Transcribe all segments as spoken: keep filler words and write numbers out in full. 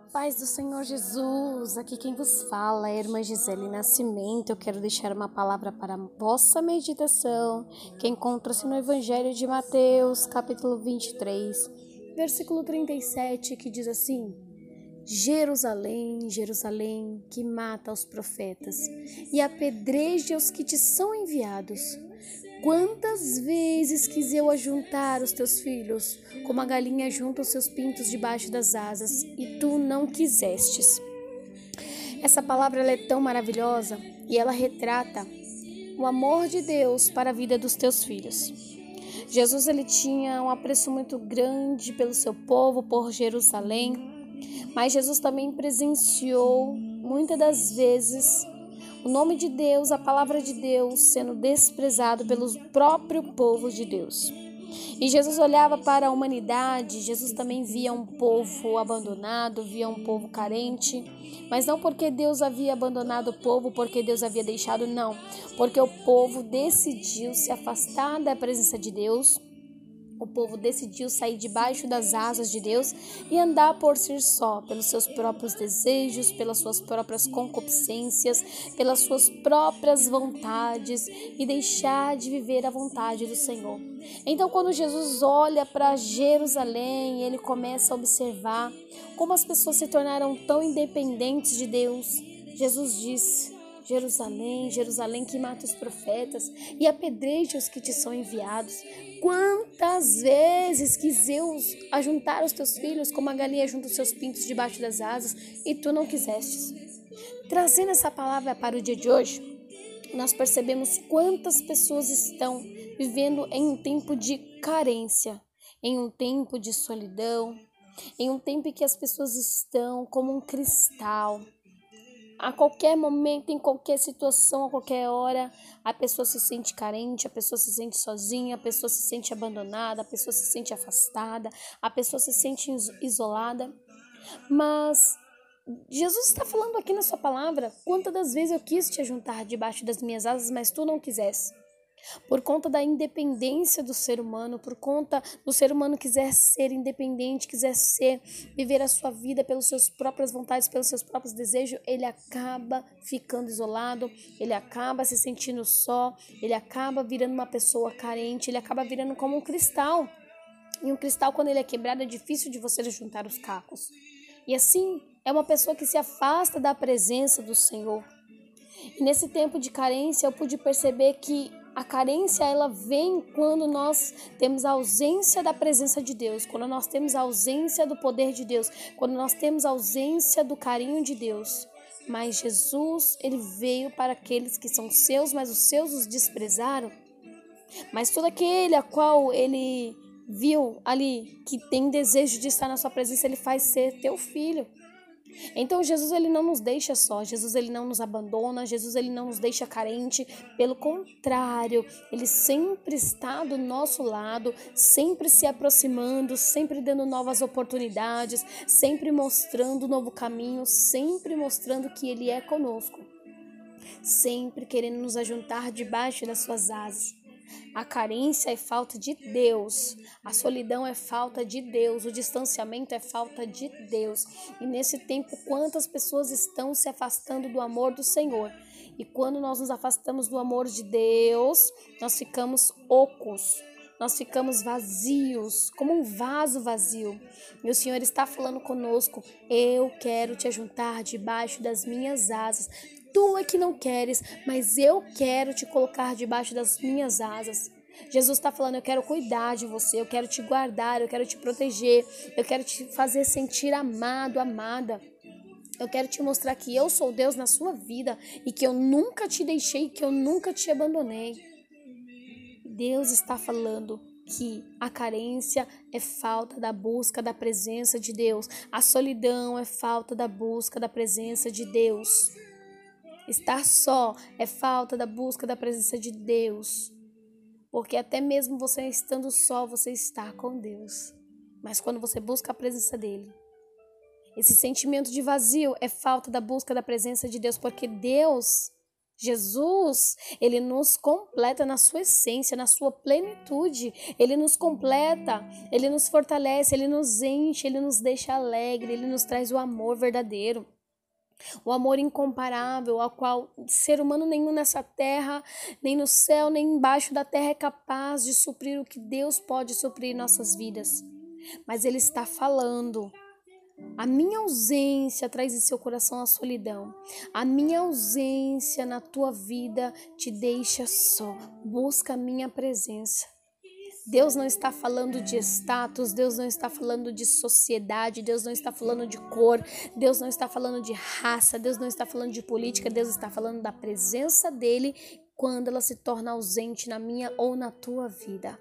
Paz do Senhor Jesus, aqui quem vos fala é a irmã Gisele Nascimento. Eu quero deixar uma palavra para a vossa meditação, que encontra-se no Evangelho de Mateus, capítulo vinte e três, versículo trinta e sete, que diz assim: Jerusalém, Jerusalém, que mata os profetas e apedreja os que te são enviados. Quantas vezes quis eu ajuntar os teus filhos, como a galinha junta os seus pintos debaixo das asas, e tu não quisestes. Essa palavra ela é tão maravilhosa e ela retrata o amor de Deus para a vida dos teus filhos. Jesus ele tinha um apreço muito grande pelo seu povo, por Jerusalém, mas Jesus também presenciou muitas das vezes o nome de Deus, a palavra de Deus, sendo desprezado pelo próprio povo de Deus. E Jesus olhava para a humanidade, Jesus também via um povo abandonado, via um povo carente, mas não porque Deus havia abandonado o povo, porque Deus havia deixado, não. Porque o povo decidiu se afastar da presença de Deus. O povo decidiu sair debaixo das asas de Deus e andar por si só, pelos seus próprios desejos, pelas suas próprias concupiscências, pelas suas próprias vontades e deixar de viver a vontade do Senhor. Então, quando Jesus olha para Jerusalém, ele começa a observar como as pessoas se tornaram tão independentes de Deus. Jesus disse: Jerusalém, Jerusalém, que mata os profetas e apedreja os que te são enviados. Quantas vezes quis eu ajuntar os teus filhos, como a galinha junta os seus pintos debaixo das asas, e tu não quisestes. Trazendo essa palavra para o dia de hoje, nós percebemos quantas pessoas estão vivendo em um tempo de carência, em um tempo de solidão, em um tempo em que as pessoas estão como um cristal. A qualquer momento, em qualquer situação, a qualquer hora, a pessoa se sente carente, a pessoa se sente sozinha, a pessoa se sente abandonada, a pessoa se sente afastada, a pessoa se sente isolada. Mas Jesus está falando aqui na sua palavra: quantas das vezes eu quis te juntar debaixo das minhas asas, mas tu não quisesse. Por conta da independência do ser humano, por conta do ser humano quiser ser independente, quiser ser, viver a sua vida pelas suas próprias vontades, pelos seus próprios desejos, ele acaba ficando isolado, ele acaba se sentindo só, ele acaba virando uma pessoa carente, ele acaba virando como um cristal. E um cristal, quando ele é quebrado, é difícil de você juntar os cacos. E assim, é uma pessoa que se afasta da presença do Senhor. E nesse tempo de carência, eu pude perceber que a carência ela vem quando nós temos a ausência da presença de Deus, quando nós temos a ausência do poder de Deus, quando nós temos a ausência do carinho de Deus. Mas Jesus, ele veio para aqueles que são seus, mas os seus os desprezaram. Mas todo aquele a qual ele viu ali que tem desejo de estar na sua presença, ele faz ser teu filho. Então Jesus ele não nos deixa só, Jesus ele não nos abandona, Jesus ele não nos deixa carente, pelo contrário, ele sempre está do nosso lado, sempre se aproximando, sempre dando novas oportunidades, sempre mostrando um novo caminho, sempre mostrando que ele é conosco, sempre querendo nos ajuntar debaixo das suas asas. A carência é falta de Deus, a solidão é falta de Deus, o distanciamento é falta de Deus. E nesse tempo, quantas pessoas estão se afastando do amor do Senhor? E quando nós nos afastamos do amor de Deus, nós ficamos ocos, nós ficamos vazios, como um vaso vazio. E o Senhor está falando conosco: eu quero te ajuntar debaixo das minhas asas. Tu é que não queres, mas eu quero te colocar debaixo das minhas asas. Jesus está falando: eu quero cuidar de você, eu quero te guardar, eu quero te proteger, eu quero te fazer sentir amado, amada. Eu quero te mostrar que eu sou Deus na sua vida e que eu nunca te deixei, que eu nunca te abandonei. Deus está falando que a carência é falta da busca da presença de Deus, a solidão é falta da busca da presença de Deus. Estar só é falta da busca da presença de Deus, porque até mesmo você estando só, você está com Deus, mas quando você busca a presença dele, esse sentimento de vazio é falta da busca da presença de Deus, porque Deus Jesus, ele nos completa na sua essência, na sua plenitude. Ele nos completa, ele nos fortalece, ele nos enche, ele nos deixa alegre, ele nos traz o amor verdadeiro. O amor incomparável, ao qual ser humano nenhum nessa terra, nem no céu, nem embaixo da terra é capaz de suprir o que Deus pode suprir em nossas vidas. Mas ele está falando: a minha ausência traz em seu coração a solidão. A minha ausência na tua vida te deixa só. Busca a minha presença. Deus não está falando de status, Deus não está falando de sociedade, Deus não está falando de cor, Deus não está falando de raça, Deus não está falando de política, Deus está falando da presença dele quando ela se torna ausente na minha ou na tua vida.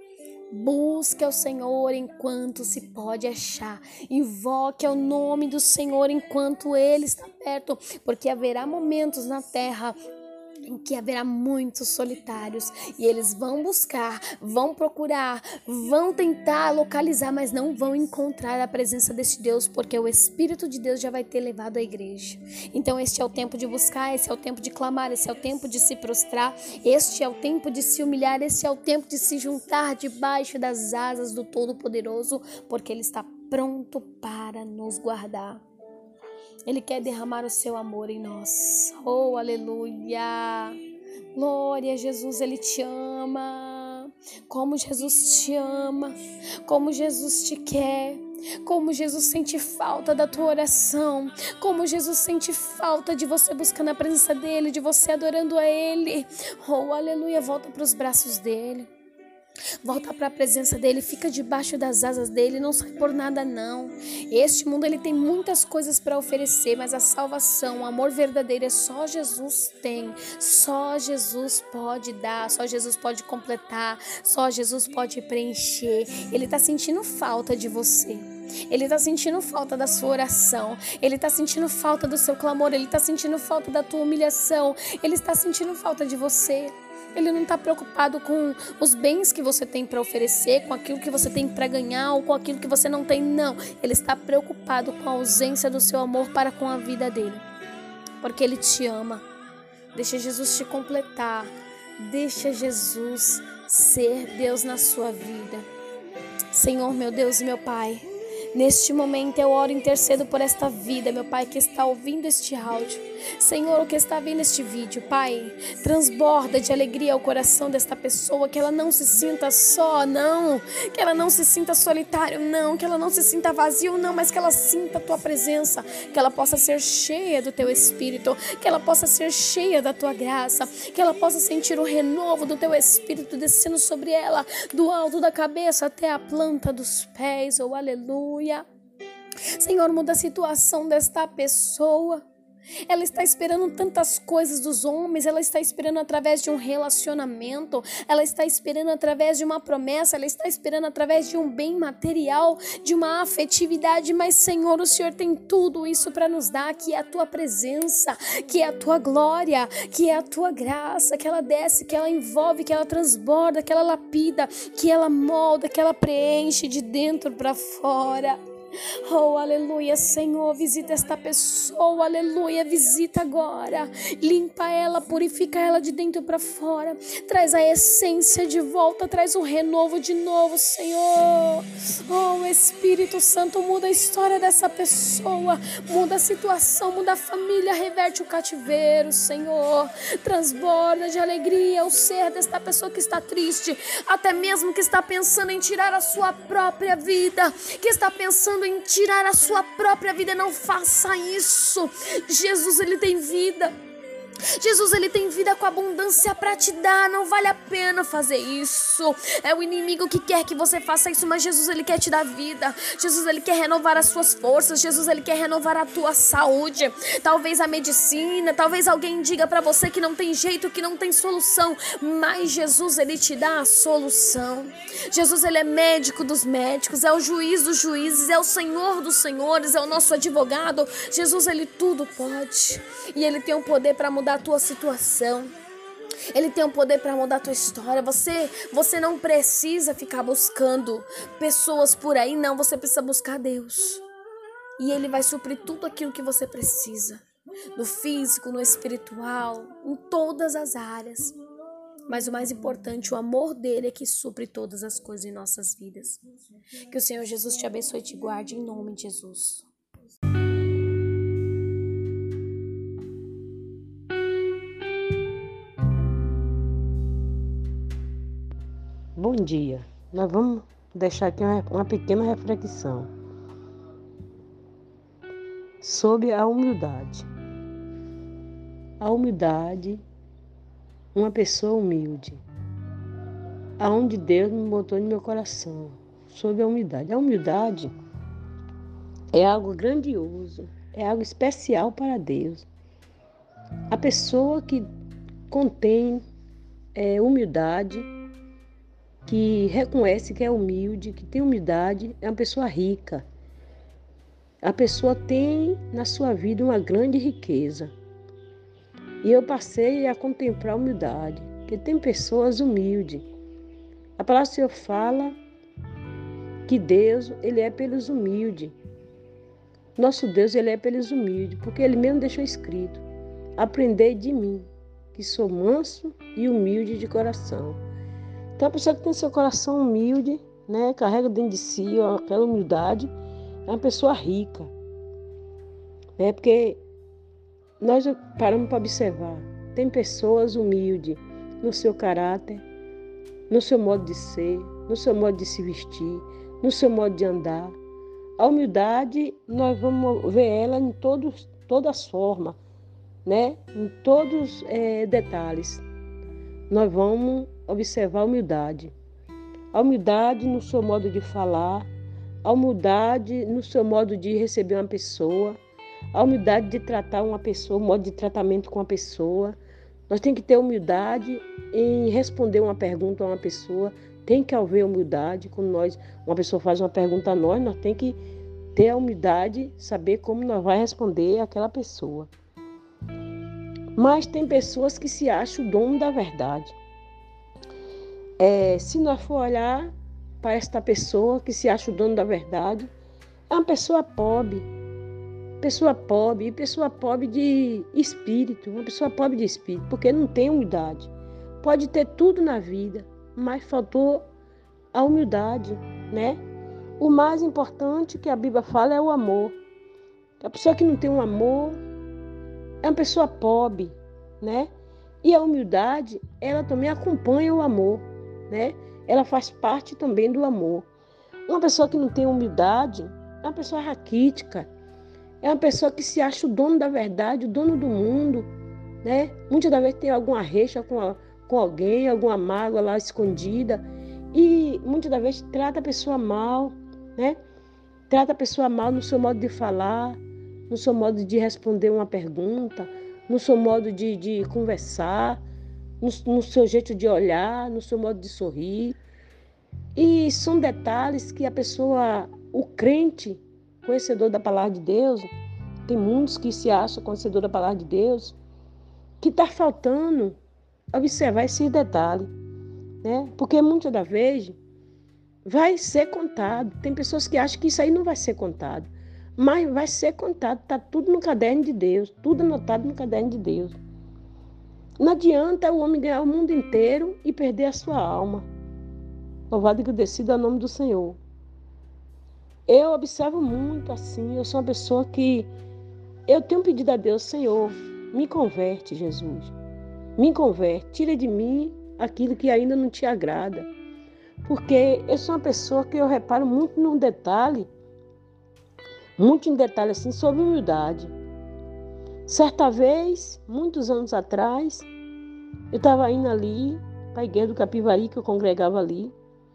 Busque ao Senhor enquanto se pode achar. Invoque ao nome do Senhor enquanto Ele está perto, porque haverá momentos na terra em que haverá muitos solitários e eles vão buscar, vão procurar, vão tentar localizar, mas não vão encontrar a presença desse Deus, porque o Espírito de Deus já vai ter levado a igreja. Então este é o tempo de buscar, esse é o tempo de clamar, esse é o tempo de se prostrar, este é o tempo de se humilhar, esse é o tempo de se juntar debaixo das asas do Todo-Poderoso, porque Ele está pronto para nos guardar. Ele quer derramar o seu amor em nós. Oh, aleluia! Glória a Jesus, Ele te ama. Como Jesus te ama. Como Jesus te quer. Como Jesus sente falta da tua oração. Como Jesus sente falta de você buscando a presença dEle, de você adorando a Ele. Oh, aleluia! Volta para os braços dEle. Volta para a presença dele, fica debaixo das asas dele, não sai por nada não. Este mundo ele tem muitas coisas para oferecer, mas a salvação, o amor verdadeiro é só Jesus tem. Só Jesus pode dar, só Jesus pode completar, só Jesus pode preencher. Ele está sentindo falta de você. Ele está sentindo falta da sua oração. Ele está sentindo falta do seu clamor. Ele está sentindo falta da tua humilhação. Ele está sentindo falta de você. Ele não está preocupado com os bens que você tem para oferecer, com aquilo que você tem para ganhar ou com aquilo que você não tem, não. Ele está preocupado com a ausência do seu amor para com a vida dele. Porque Ele te ama. Deixa Jesus te completar. Deixa Jesus ser Deus na sua vida. Senhor, meu Deus e meu Pai, neste momento eu oro e intercedo por esta vida, meu Pai, que está ouvindo este áudio. Senhor, o que está vendo este vídeo, Pai, transborda de alegria o coração desta pessoa, que ela não se sinta só, não, que ela não se sinta solitário, não, que ela não se sinta vazio, não, mas que ela sinta a Tua presença, que ela possa ser cheia do Teu Espírito, que ela possa ser cheia da Tua graça, que ela possa sentir o renovo do Teu Espírito descendo sobre ela, do alto da cabeça até a planta dos pés, oh aleluia. Senhor, muda a situação desta pessoa. Ela está esperando tantas coisas dos homens, ela está esperando através de um relacionamento, ela está esperando através de uma promessa, ela está esperando através de um bem material, de uma afetividade, mas Senhor, o Senhor tem tudo isso para nos dar, que é a Tua presença, que é a Tua glória, que é a Tua graça, que ela desce, que ela envolve, que ela transborda, que ela lapida, que ela molda, que ela preenche de dentro para fora. Oh, aleluia, Senhor, visita esta pessoa, aleluia, visita agora, limpa ela, purifica ela de dentro para fora, traz a essência de volta, traz o renovo de novo, Senhor. Oh, Espírito Santo, muda a história dessa pessoa, muda a situação, muda a família, reverte o cativeiro, Senhor, transborda de alegria o ser desta pessoa que está triste, até mesmo que está pensando em tirar a sua própria vida, que está pensando em tirar a sua própria vida. Não faça isso. Jesus, Ele tem vida. Jesus, Ele tem vida com abundância para te dar, não vale a pena fazer isso. É o inimigo que quer que você faça isso, mas Jesus, Ele quer te dar vida. Jesus, Ele quer renovar as suas forças. Jesus, Ele quer renovar a tua saúde. Talvez a medicina, talvez alguém diga para você que não tem jeito, que não tem solução, mas Jesus, Ele te dá a solução. Jesus, Ele é médico dos médicos, é o juiz dos juízes, é o Senhor dos senhores, é o nosso advogado. Jesus, Ele tudo pode, e Ele tem o poder para mudar a tua situação. Ele tem o poder para mudar a tua história. Você, você não precisa ficar buscando pessoas por aí, não. Você precisa buscar Deus. E Ele vai suprir tudo aquilo que você precisa. no físico, no espiritual, em todas as áreas. Mas o mais importante, o amor dele é que supre todas as coisas em nossas vidas. Que o Senhor Jesus te abençoe e te guarde em nome de Jesus. Bom dia. Nós vamos deixar aqui uma, uma pequena reflexão sobre a humildade. A humildade, uma pessoa humilde. Aonde Deus me botou no meu coração, sobre a humildade. A humildade é algo grandioso, é algo especial para Deus. A pessoa que contém é, humildade, que reconhece que é humilde, que tem humildade, é uma pessoa rica. A pessoa tem na sua vida uma grande riqueza. E eu passei a contemplar a humildade, porque tem pessoas humildes. A palavra do Senhor fala que Deus, Ele é pelos humildes. Nosso Deus, Ele é pelos humildes, porque Ele mesmo deixou escrito: aprendei de mim, que sou manso e humilde de coração. Então, a pessoa que tem seu coração humilde, né, carrega dentro de si aquela humildade, é uma pessoa rica. Né, porque nós paramos para observar, tem pessoas humildes no seu caráter, no seu modo de ser, no seu modo de se vestir, no seu modo de andar. A humildade, nós vamos ver ela em todos, todas as formas, né, em todos os é, detalhes. Nós vamos observar a humildade. A humildade no seu modo de falar, a humildade no seu modo de receber uma pessoa, a humildade de tratar uma pessoa, o modo de tratamento com a pessoa. Nós temos que ter humildade em responder uma pergunta a uma pessoa. Tem que haver humildade quando nós, uma pessoa faz uma pergunta a nós, nós temos que ter a humildade, saber como nós vamos responder àquela pessoa. Mas tem pessoas que se acham o dono da verdade. É, se nós for olhar para esta pessoa que se acha o dono da verdade, é uma pessoa pobre, pessoa pobre, e pessoa pobre de espírito, uma pessoa pobre de espírito, porque não tem humildade. Pode ter tudo na vida, mas faltou a humildade, né? O mais importante que a Bíblia fala é o amor. A pessoa que não tem um amor é uma pessoa pobre, né? E a humildade, ela também acompanha o amor, né? Ela faz parte também do amor. Uma pessoa que não tem humildade é uma pessoa raquítica, é uma pessoa que se acha o dono da verdade, o dono do mundo, né? Muitas das vezes tem alguma rixa com, a, com alguém, alguma mágoa lá escondida, e muitas das vezes trata a pessoa mal, né? Trata a pessoa mal no seu modo de falar, no seu modo de responder uma pergunta, no seu modo de, de conversar, no, no seu jeito de olhar, no seu modo de sorrir. E são detalhes que a pessoa, o crente, conhecedor da palavra de Deus, tem muitos que se acham conhecedor da palavra de Deus, que está faltando observar esses detalhes, né? Porque muitas das vezes vai ser contado. Tem pessoas que acham que isso aí não vai ser contado, mas vai ser contado, está tudo no caderno de Deus, tudo anotado no caderno de Deus. Não adianta o homem ganhar o mundo inteiro e perder a sua alma. Louvado e agradecido é o nome do Senhor. Eu observo muito assim, eu sou uma pessoa que eu tenho pedido a Deus: Senhor, me converte, Jesus. Me converte, tira de mim aquilo que ainda não te agrada. Porque eu sou uma pessoa que eu reparo muito num detalhe, muito em detalhe assim, sobre humildade. Certa vez, muitos anos atrás, eu estava indo ali para a igreja do Capivari, que eu congregava ali,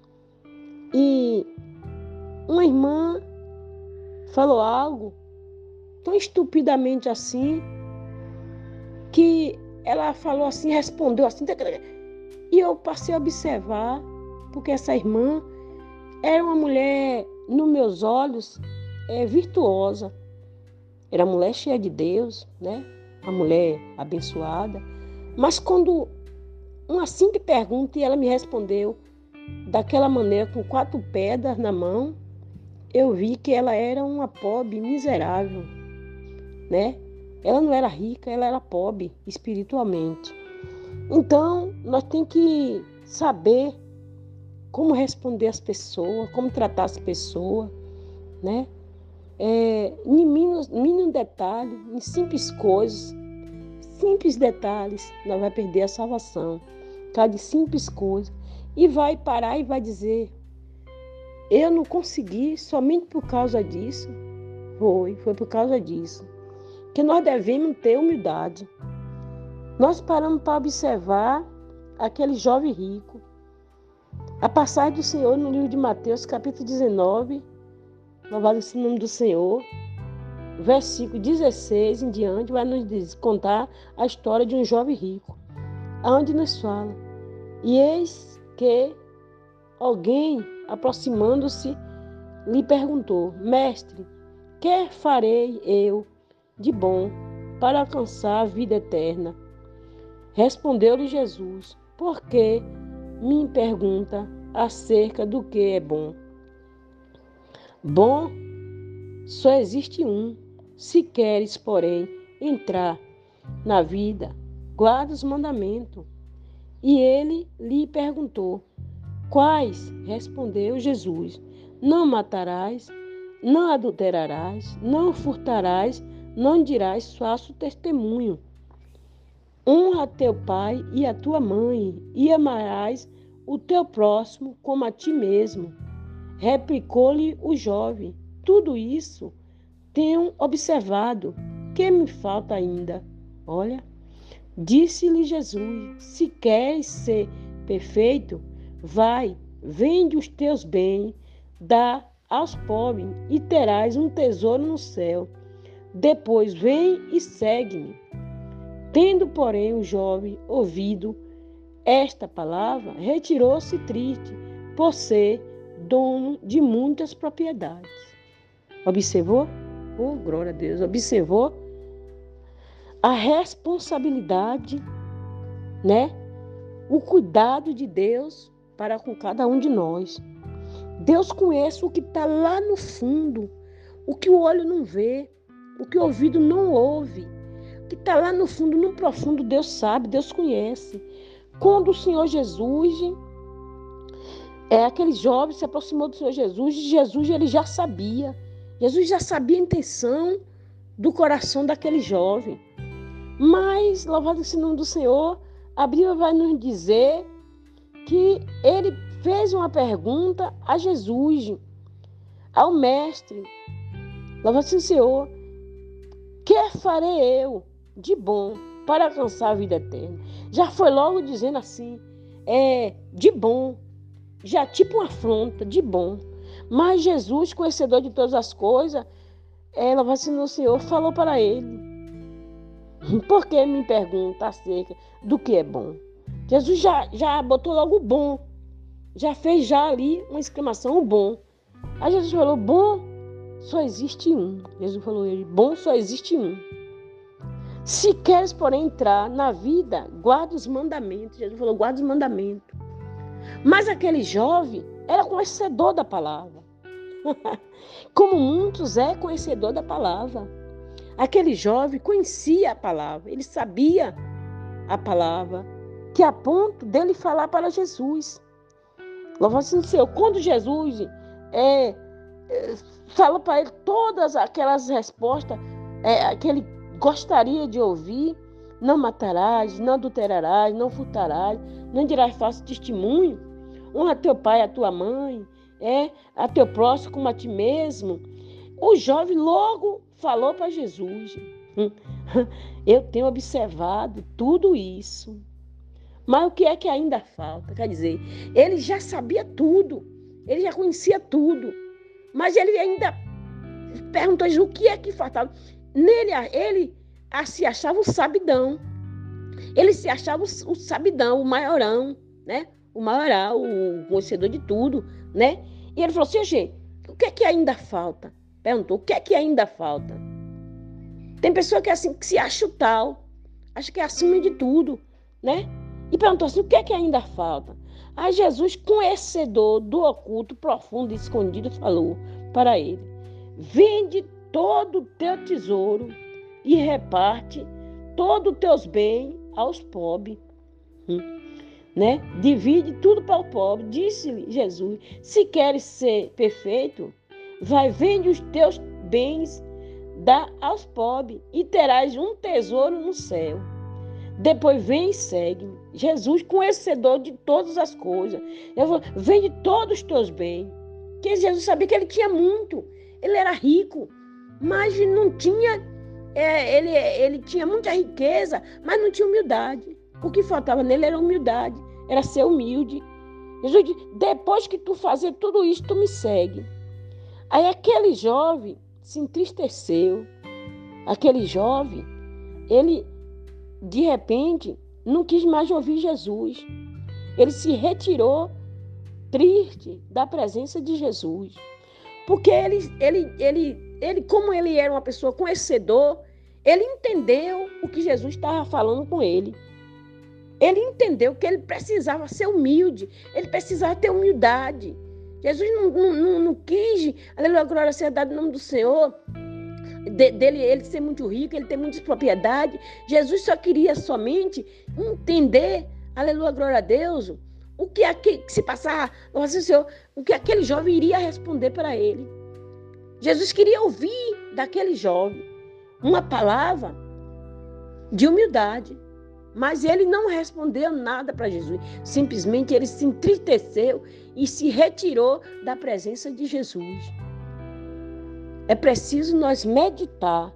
e uma irmã falou algo tão estupidamente assim, que ela falou assim, respondeu assim, e eu passei a observar, porque essa irmã era uma mulher, nos meus olhos, é, virtuosa. Era uma mulher cheia de Deus, né? Uma mulher abençoada. Mas quando uma simples pergunta e ela me respondeu daquela maneira, com quatro pedras na mão, eu vi que ela era uma pobre miserável, né? Ela não era rica, ela era pobre espiritualmente. Então, nós temos que saber como responder às pessoas, como tratar as pessoas, né? É, em mínimo, mínimo detalhe, em simples coisas, simples detalhes, nós vamos perder a salvação. Cada simples coisa. E vai parar e vai dizer, eu não consegui somente por causa disso. Foi, foi por causa disso. Que nós devemos ter humildade. Nós paramos para observar aquele jovem rico. A passagem do Senhor no livro de Mateus, capítulo dezenove, louvado seja o nome do Senhor, versículo dezesseis em diante, vai nos contar a história de um jovem rico, aonde nos fala. E eis que alguém, aproximando-se, lhe perguntou, mestre, que farei eu de bom para alcançar a vida eterna? Respondeu-lhe Jesus, por que me pergunta acerca do que é bom? Bom só existe um. Se queres, porém, entrar na vida, guarda os mandamentos. E ele lhe perguntou, quais? Respondeu Jesus, não matarás, não adulterarás, não furtarás, não dirás falso testemunho. Honra teu pai e a tua mãe, e amarás o teu próximo como a ti mesmo. Replicou-lhe o jovem, tudo isso tenho observado, que me falta ainda? Olha, disse-lhe Jesus, se queres ser perfeito, vai, vende os teus bens, dá aos pobres e terás um tesouro no céu. Depois vem e segue-me. Tendo, porém, o jovem ouvido esta palavra, retirou-se triste, por ser dono de muitas propriedades. Observou? Oh, glória a Deus! Observou a responsabilidade, né? O cuidado de Deus para com cada um de nós. Deus conhece o que está lá no fundo, o que o olho não vê, o que o ouvido não ouve. O que está lá no fundo, no profundo, Deus sabe, Deus conhece. Quando o Senhor Jesus, é, aquele jovem se aproximou do Senhor Jesus, Jesus ele já sabia. Jesus já sabia a intenção do coração daquele jovem. Mas, louvado seja o nome do Senhor, a Bíblia vai nos dizer que ele fez uma pergunta a Jesus, ao mestre. Louvado seja o Senhor. Que farei eu de bom para alcançar a vida eterna? Já foi logo dizendo assim, é, de bom, já tipo uma afronta, de bom. Mas Jesus, conhecedor de todas as coisas, é, louvado seja o Senhor, falou para ele, por que me pergunta acerca do que é bom? Jesus já, já botou logo o bom, já fez já ali uma exclamação, o bom. Aí Jesus falou, bom só existe um. Jesus falou, ele, bom só existe um. Se queres, porém, entrar na vida, guarda os mandamentos. Jesus falou, guarda os mandamentos. Mas aquele jovem era conhecedor da palavra. Como muitos é conhecedor da palavra. Aquele jovem conhecia a palavra, ele sabia a palavra, que a ponto dele falar para Jesus. Louvado seja o Senhor. Quando Jesus é, é, fala para ele todas aquelas respostas é, que ele gostaria de ouvir, não matarás, não adulterarás, não furtarás, não dirás falso testemunho, honra teu pai e a tua mãe, é, a teu próximo como a ti mesmo. O jovem logo falou para Jesus, eu tenho observado tudo isso, mas o que é que ainda falta? Quer dizer, ele já sabia tudo, ele já conhecia tudo, mas ele ainda perguntou a Jesus, o que é que faltava? Nele, ele se achava o sabidão, ele se achava o sabidão, o maiorão, né? O maioral, o conhecedor de tudo, né? E ele falou assim, gente, o que é que ainda falta? Perguntou, o que é que ainda falta? Tem pessoa que é assim, que se acha o tal, acha que é acima de tudo, né? E perguntou assim, o que é que ainda falta? Aí Jesus, conhecedor do oculto, profundo e escondido, falou para ele, vende todo o teu tesouro, e reparte todos os teus bens aos pobres. Hum. Né? Divide tudo para o pobre. Disse-lhe Jesus: se queres ser perfeito, vai, vende os teus bens, dá aos pobres e terás um tesouro no céu. Depois vem e segue-me. Jesus, conhecedor de todas as coisas, eu vou, vende todos os teus bens. Porque Jesus sabia que ele tinha muito, ele era rico, mas não tinha, é, ele, ele tinha muita riqueza, mas não tinha humildade. O que faltava nele era humildade, era ser humilde. Jesus disse: depois que tu fazer tudo isso, tu me segue. Aí aquele jovem se entristeceu. Aquele jovem, ele, de repente, não quis mais ouvir Jesus. Ele se retirou triste da presença de Jesus. Porque ele, ele, ele, ele, como ele era uma pessoa conhecedor, ele entendeu o que Jesus estava falando com ele. Ele entendeu que ele precisava ser humilde, ele precisava ter humildade. Jesus não, não, não, não quis, aleluia, glória seja dada no nome do Senhor, de, dele ele ser muito rico, ele ter muitas propriedades. Jesus só queria somente entender, aleluia, glória a Deus, o que, aquele, que se passar, nossa Senhor, o que aquele jovem iria responder para ele. Jesus queria ouvir daquele jovem uma palavra de humildade. Mas ele não respondeu nada para Jesus. Simplesmente ele se entristeceu e se retirou da presença de Jesus. É preciso nós meditar.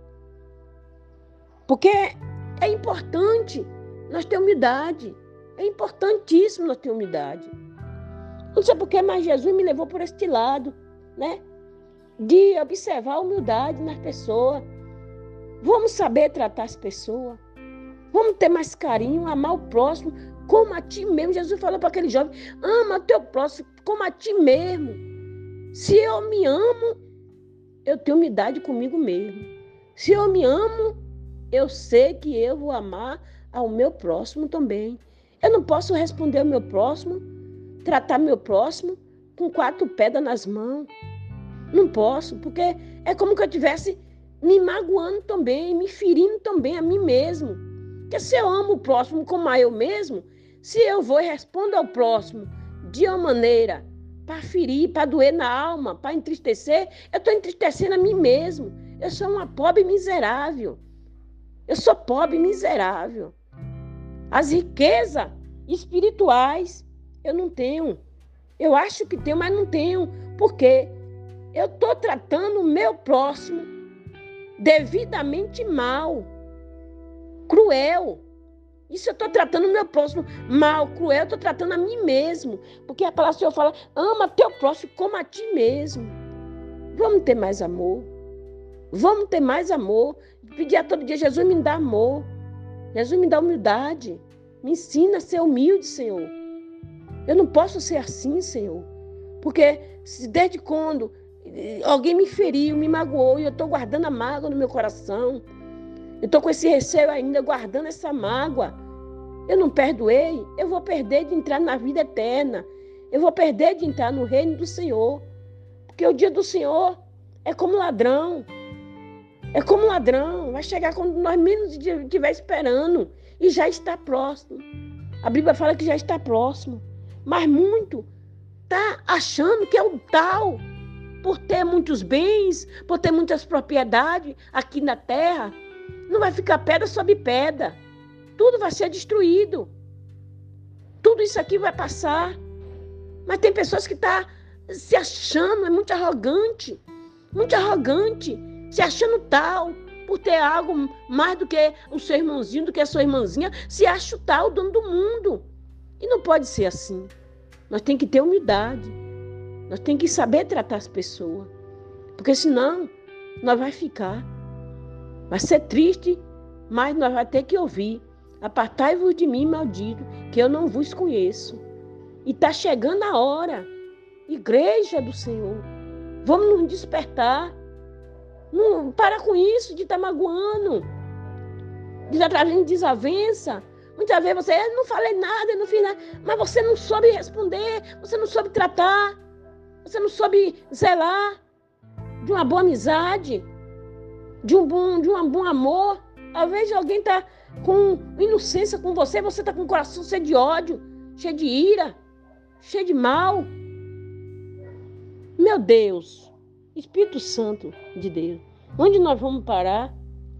Porque é importante nós ter humildade. É importantíssimo nós ter humildade. Não sei por que, mas Jesus me levou por este lado, né? De observar a humildade nas pessoas. Vamos saber tratar as pessoas. Vamos ter mais carinho, amar o próximo como a ti mesmo. Jesus falou para aquele jovem: ama o teu próximo como a ti mesmo. Se eu me amo, eu tenho humildade comigo mesmo. Se eu me amo, eu sei que eu vou amar ao meu próximo também. Eu não posso responder ao meu próximo, tratar meu próximo com quatro pedras nas mãos. Não posso, porque é como que eu estivesse me magoando também, me ferindo também a mim mesmo. Porque se eu amo o próximo como a eu mesmo, se eu vou e respondo ao próximo de uma maneira para ferir, para doer na alma, para entristecer, eu estou entristecendo a mim mesmo. Eu sou uma pobre miserável. Eu sou pobre miserável. As riquezas espirituais eu não tenho. Eu acho que tenho, mas não tenho. Por quê? Eu estou tratando o meu próximo devidamente mal. Cruel. Isso eu estou tratando o meu próximo mal, cruel, eu estou tratando a mim mesmo. Porque a palavra do Senhor fala: ama teu próximo como a ti mesmo. Vamos ter mais amor. Vamos ter mais amor. Pedir a todo dia: Jesus, me dá amor. Jesus, me dá humildade. Me ensina a ser humilde, Senhor. Eu não posso ser assim, Senhor. Porque desde quando alguém me feriu, me magoou, e eu estou guardando a mágoa no meu coração. Eu estou com esse receio ainda, guardando essa mágoa. Eu não perdoei, eu vou perder de entrar na vida eterna. Eu vou perder de entrar no reino do Senhor. Porque o dia do Senhor é como ladrão. É como ladrão. Vai chegar quando nós menos estiver esperando. E já está próximo. A Bíblia fala que já está próximo. Mas muito está achando que é o tal. Por ter muitos bens, por ter muitas propriedades aqui na terra. Não vai ficar pedra sobre pedra. Tudo vai ser destruído. Tudo isso aqui vai passar. Mas tem pessoas que estão tá se achando, é muito arrogante. Muito arrogante. Se achando tal, por ter algo mais do que o seu irmãozinho, do que a sua irmãzinha. Se acha o tal, o dono do mundo. E não pode ser assim. Nós temos que ter humildade. Nós temos que saber tratar as pessoas. Porque senão, nós vai ficar. Vai ser triste, mas nós vamos ter que ouvir: apartai-vos de mim, maldito, que eu não vos conheço. E está chegando a hora. Igreja do Senhor, vamos nos despertar. Não, para com isso de estar tá magoando, de estar tá trazendo desavença. Muitas vezes você: eu não falei nada, eu não fiz nada, mas você não soube responder, você não soube tratar, você não soube zelar de uma boa amizade. de um bom, de um bom amor. Às vezes alguém está com inocência com você, você está com o coração cheio de ódio, cheio de ira, cheio de mal. Meu Deus, Espírito Santo de Deus, onde nós vamos parar?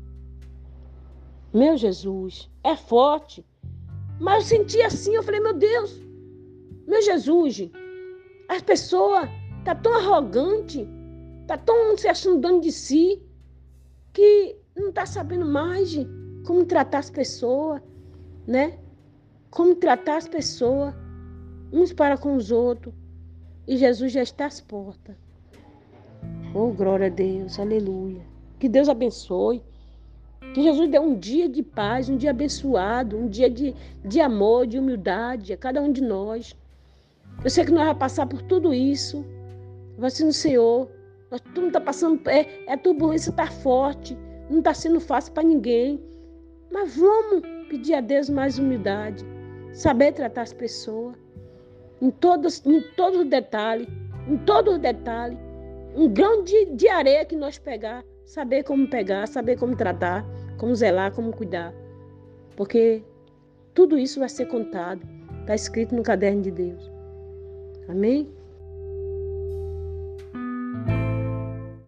Meu Jesus, é forte. Mas eu senti assim, eu falei, meu Deus, meu Jesus, as pessoas estão tão arrogantes, estão tão se achando dono de si, que não está sabendo mais de como tratar as pessoas, né? Como tratar as pessoas, uns para com os outros. E Jesus já está às portas. Oh, glória a Deus, aleluia. Que Deus abençoe. Que Jesus dê um dia de paz, um dia abençoado, um dia de, de amor, de humildade a cada um de nós. Eu sei que nós vamos passar por tudo isso. Vai ser no Senhor. Nós tudo está passando, é, a turbulência está forte, não está sendo fácil para ninguém. Mas vamos pedir a Deus mais humildade, saber tratar as pessoas em todos, em todos os detalhes, em todos os detalhes. Um grão de, de areia que nós pegar, saber como pegar, saber como tratar, como zelar, como cuidar. Porque tudo isso vai ser contado, está escrito no caderno de Deus. Amém?